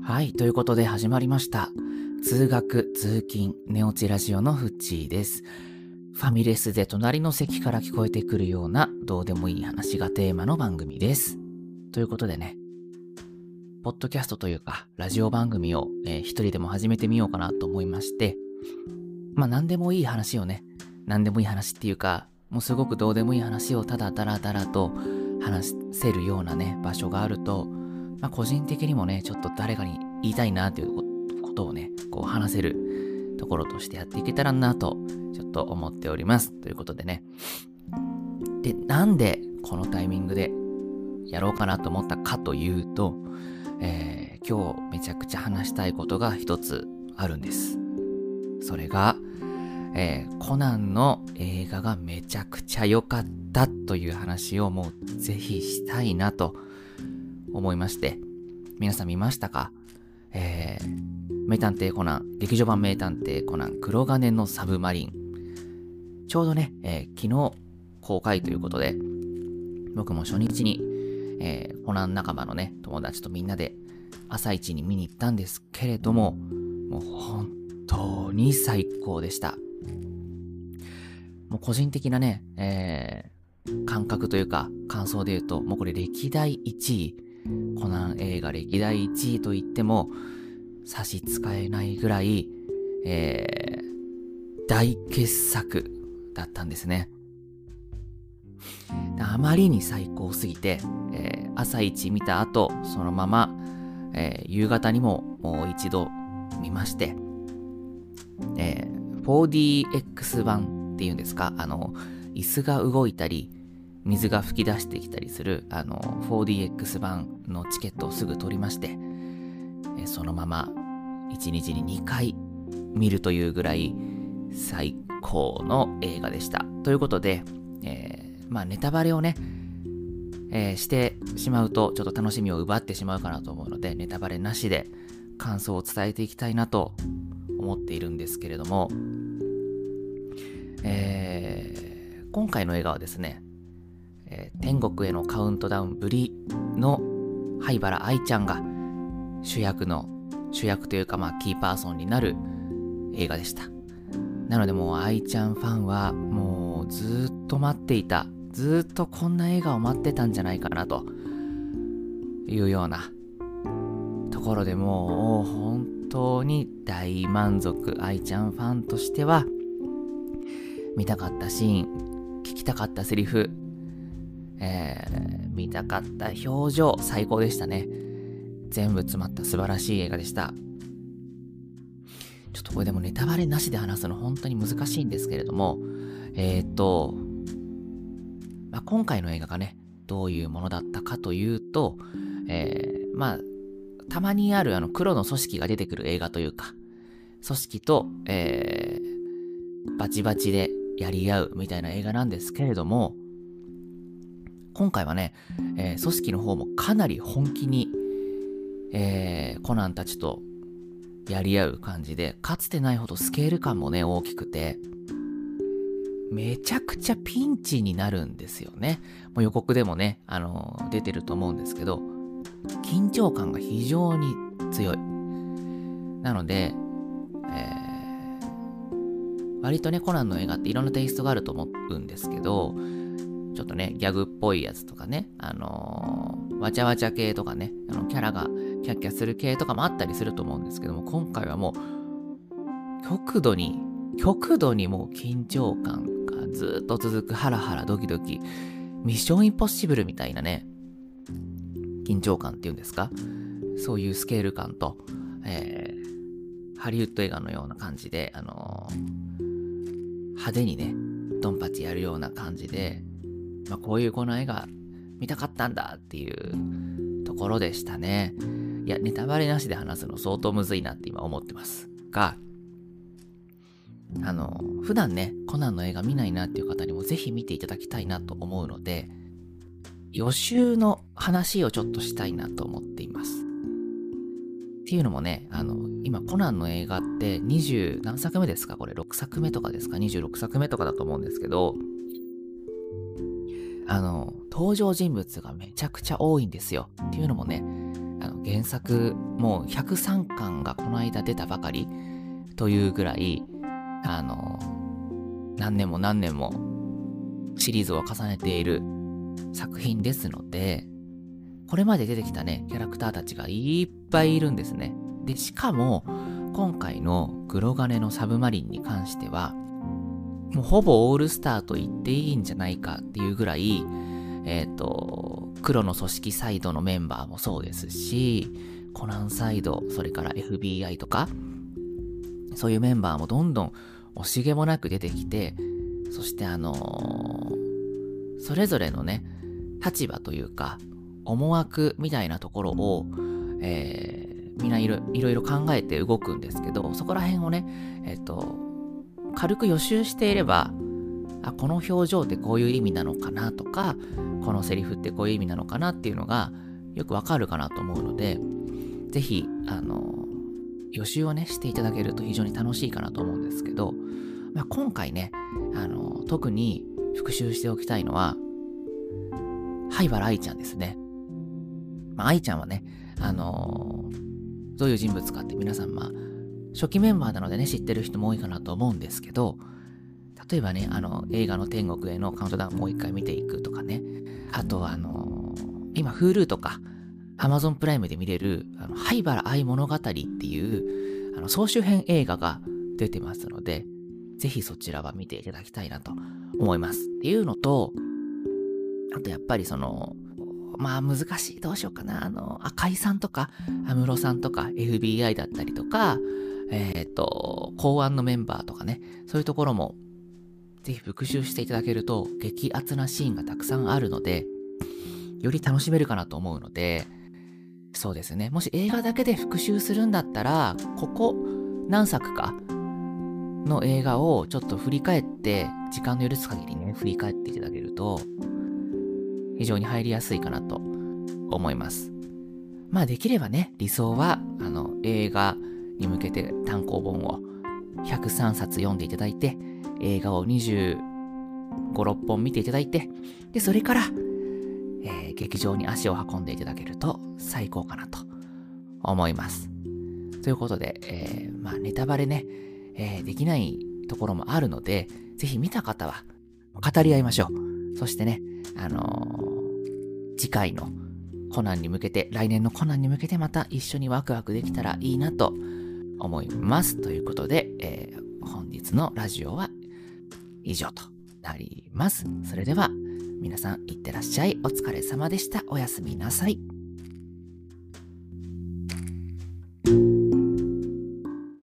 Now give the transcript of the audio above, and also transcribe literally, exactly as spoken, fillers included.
はい、ということで始まりました。通学、通勤、寝落ちラジオのフッチーです。ファミレスで隣の席から聞こえてくるようなどうでもいい話がテーマの番組です。ということでね、ポッドキャストというか、ラジオ番組を、えー一人でも始めてみようかなと思いまして、まあ何でもいい話をね、何でもいい話っていうか、もうすごくどうでもいい話をただだらだらと話せるようなね、場所があると、まあ個人的にもね、ちょっと誰かに言いたいなということをね、こう話せるところとしてやっていけたらなと、ちょっと思っております。ということでね。で、なんでこのタイミングでやろうかなと思ったかというと、えー今日めちゃくちゃ話したいことが一つあるんです。それが、えーコナンの映画がめちゃくちゃ良かったという話をもうぜひしたいなと思いまして、皆さん見ましたか？えー名探偵コナン、劇場版名探偵コナン黒金のサブマリン。ちょうどね、えー昨日公開ということで、僕も初日に、えーコナン仲間のね、友達とみんなで朝一に見に行ったんですけれども、もう本当に最高でした。もう個人的なね、えー感覚というか感想で言うと、もうこれ歴代いちい、コナン映画歴代いちいと言っても差し支えないぐらい、えー大傑作だったんですね。あまりに最高すぎて、えー朝一見た後、そのまま、えー夕方にももう一度見まして、えー フォーディーエックス 版っていうんですか、あの、椅子が動いたり、水が噴き出してきたりする、あの、フォーディーエックス 版のチケットをすぐ取りまして、えーそのままいちにちににかい見るというぐらい最高の映画でした。ということで、えーまあネタバレをね、えーしてしまうとちょっと楽しみを奪ってしまうかなと思うので、ネタバレなしで感想を伝えていきたいなと思っているんですけれども、えー今回の映画はですね、えー天国へのカウントダウンぶりの灰原哀ちゃんが主役の主役というかまあキーパーソンになる映画でした。なのでもう愛ちゃんファンはもうずーっと待っていた、ずーっとこんな映画を待ってたんじゃないかなというようなところで、もう本当に大満足。愛ちゃんファンとしては見たかったシーン、聞きたかったセリフ、えー、見たかった表情、最高でしたね。全部詰まった素晴らしい映画でした。ちょっとこれでもネタバレなしで話すの本当に難しいんですけれども、えーっと、まあ、今回の映画がね、どういうものだったかというと、えー、まあ、たまにあるあの黒の組織が出てくる映画というか、組織と、えー、バチバチでやり合うみたいな映画なんですけれども、今回はね、えー組織の方もかなり本気に、えーコナンたちとやり合う感じで、かつてないほどスケール感もね、大きくて、めちゃくちゃピンチになるんですよね。もう予告でもね、あのー出てると思うんですけど、緊張感が非常に強い。なので、えー割とね、コナンの映画っていろんなテイストがあると思うんですけど、ちょっとね、ギャグっぽいやつとかね、あのーわちゃわちゃ系とかね、あのキャラがキャッキャする系とかもあったりすると思うんですけども、今回はもう極度に極度にもう緊張感がずっと続く、ハラハラドキドキ、ミッションインポッシブルみたいなね、緊張感っていうんですか、そういうスケール感と、えー、ハリウッド映画のような感じで、あのー派手にね、ドンパチやるような感じで、まあ、こういうこの映画見たかったんだっていうところでしたね。いや、ネタバレなしで話すの相当むずいなって今思ってますが、あの、普段ね、コナンの映画見ないなっていう方にもぜひ見ていただきたいなと思うので、予習の話をちょっとしたいなと思っています。っていうのもね、あの、今コナンの映画ってにじゅう何作目ですか？これろくさくめとかですか？ にじゅうろく 作目とかだと思うんですけど、あの、登場人物がめちゃくちゃ多いんですよ。っていうのもね、あの原作もうひゃくさんかんがこの間出たばかりというぐらい、あの何年も何年もシリーズを重ねている作品ですので、これまで出てきたねキャラクターたちがいっぱいいるんですね。でしかも今回の黒金のサブマリンに関してはもうほぼオールスターと言っていいんじゃないかっていうぐらい、えっと黒の組織サイドのメンバーもそうですし、コナンサイド、それから エフビーアイ とかそういうメンバーもどんどん惜しげもなく出てきて、そしてあのー、それぞれのね立場というか思惑みたいなところを、えー、みんないろいろいろ考えて動くんですけど、そこら辺をねえっと軽く予習していれば、あ、この表情ってこういう意味なのかなとか、このセリフってこういう意味なのかなっていうのがよくわかるかなと思うので、ぜひあの予習をねしていただけると非常に楽しいかなと思うんですけど、まあ、今回ねあの特に復習しておきたいのは灰原哀ちゃんですね。まあ、愛ちゃんはねあのどういう人物かって皆さんまあ初期メンバーなのでね知ってる人も多いかなと思うんですけど、例えばねあの映画の天国へのカウントダウンもう一回見ていくとかね、あとはあの今 Hulu とか Amazon プライムで見れるあの灰原哀物語っていうあの総集編映画が出てますので、ぜひそちらは見ていただきたいなと思いますっていうのと、あとやっぱりそのまあ難しい、どうしようかな、あの赤井さんとか安室さんとか エフビーアイ だったりとか、えっと公安のメンバーとかね、そういうところもぜひ復習していただけると激アツなシーンがたくさんあるので、より楽しめるかなと思うので、そうですね、もし映画だけで復習するんだったらここ何作かの映画をちょっと振り返って、時間の許す限りね振り返っていただけると非常に入りやすいかなと思います。まあできればね、理想はあの映画に向けて単行本をひゃくさんさつ読んでいただいて、映画をにじゅうご、ろっぽん見ていただいて、でそれから、えー、劇場に足を運んでいただけると最高かなと思います。ということで、えー、まあネタバレね、えー、できないところもあるので、ぜひ見た方は語り合いましょう。そしてね、あのー、次回のコナンに向けて、来年のコナンに向けてまた一緒にワクワクできたらいいなと思います。ということで、えー、本日のラジオは以上となります。それでは皆さんいってらっしゃい。お疲れ様でした。おやすみなさい。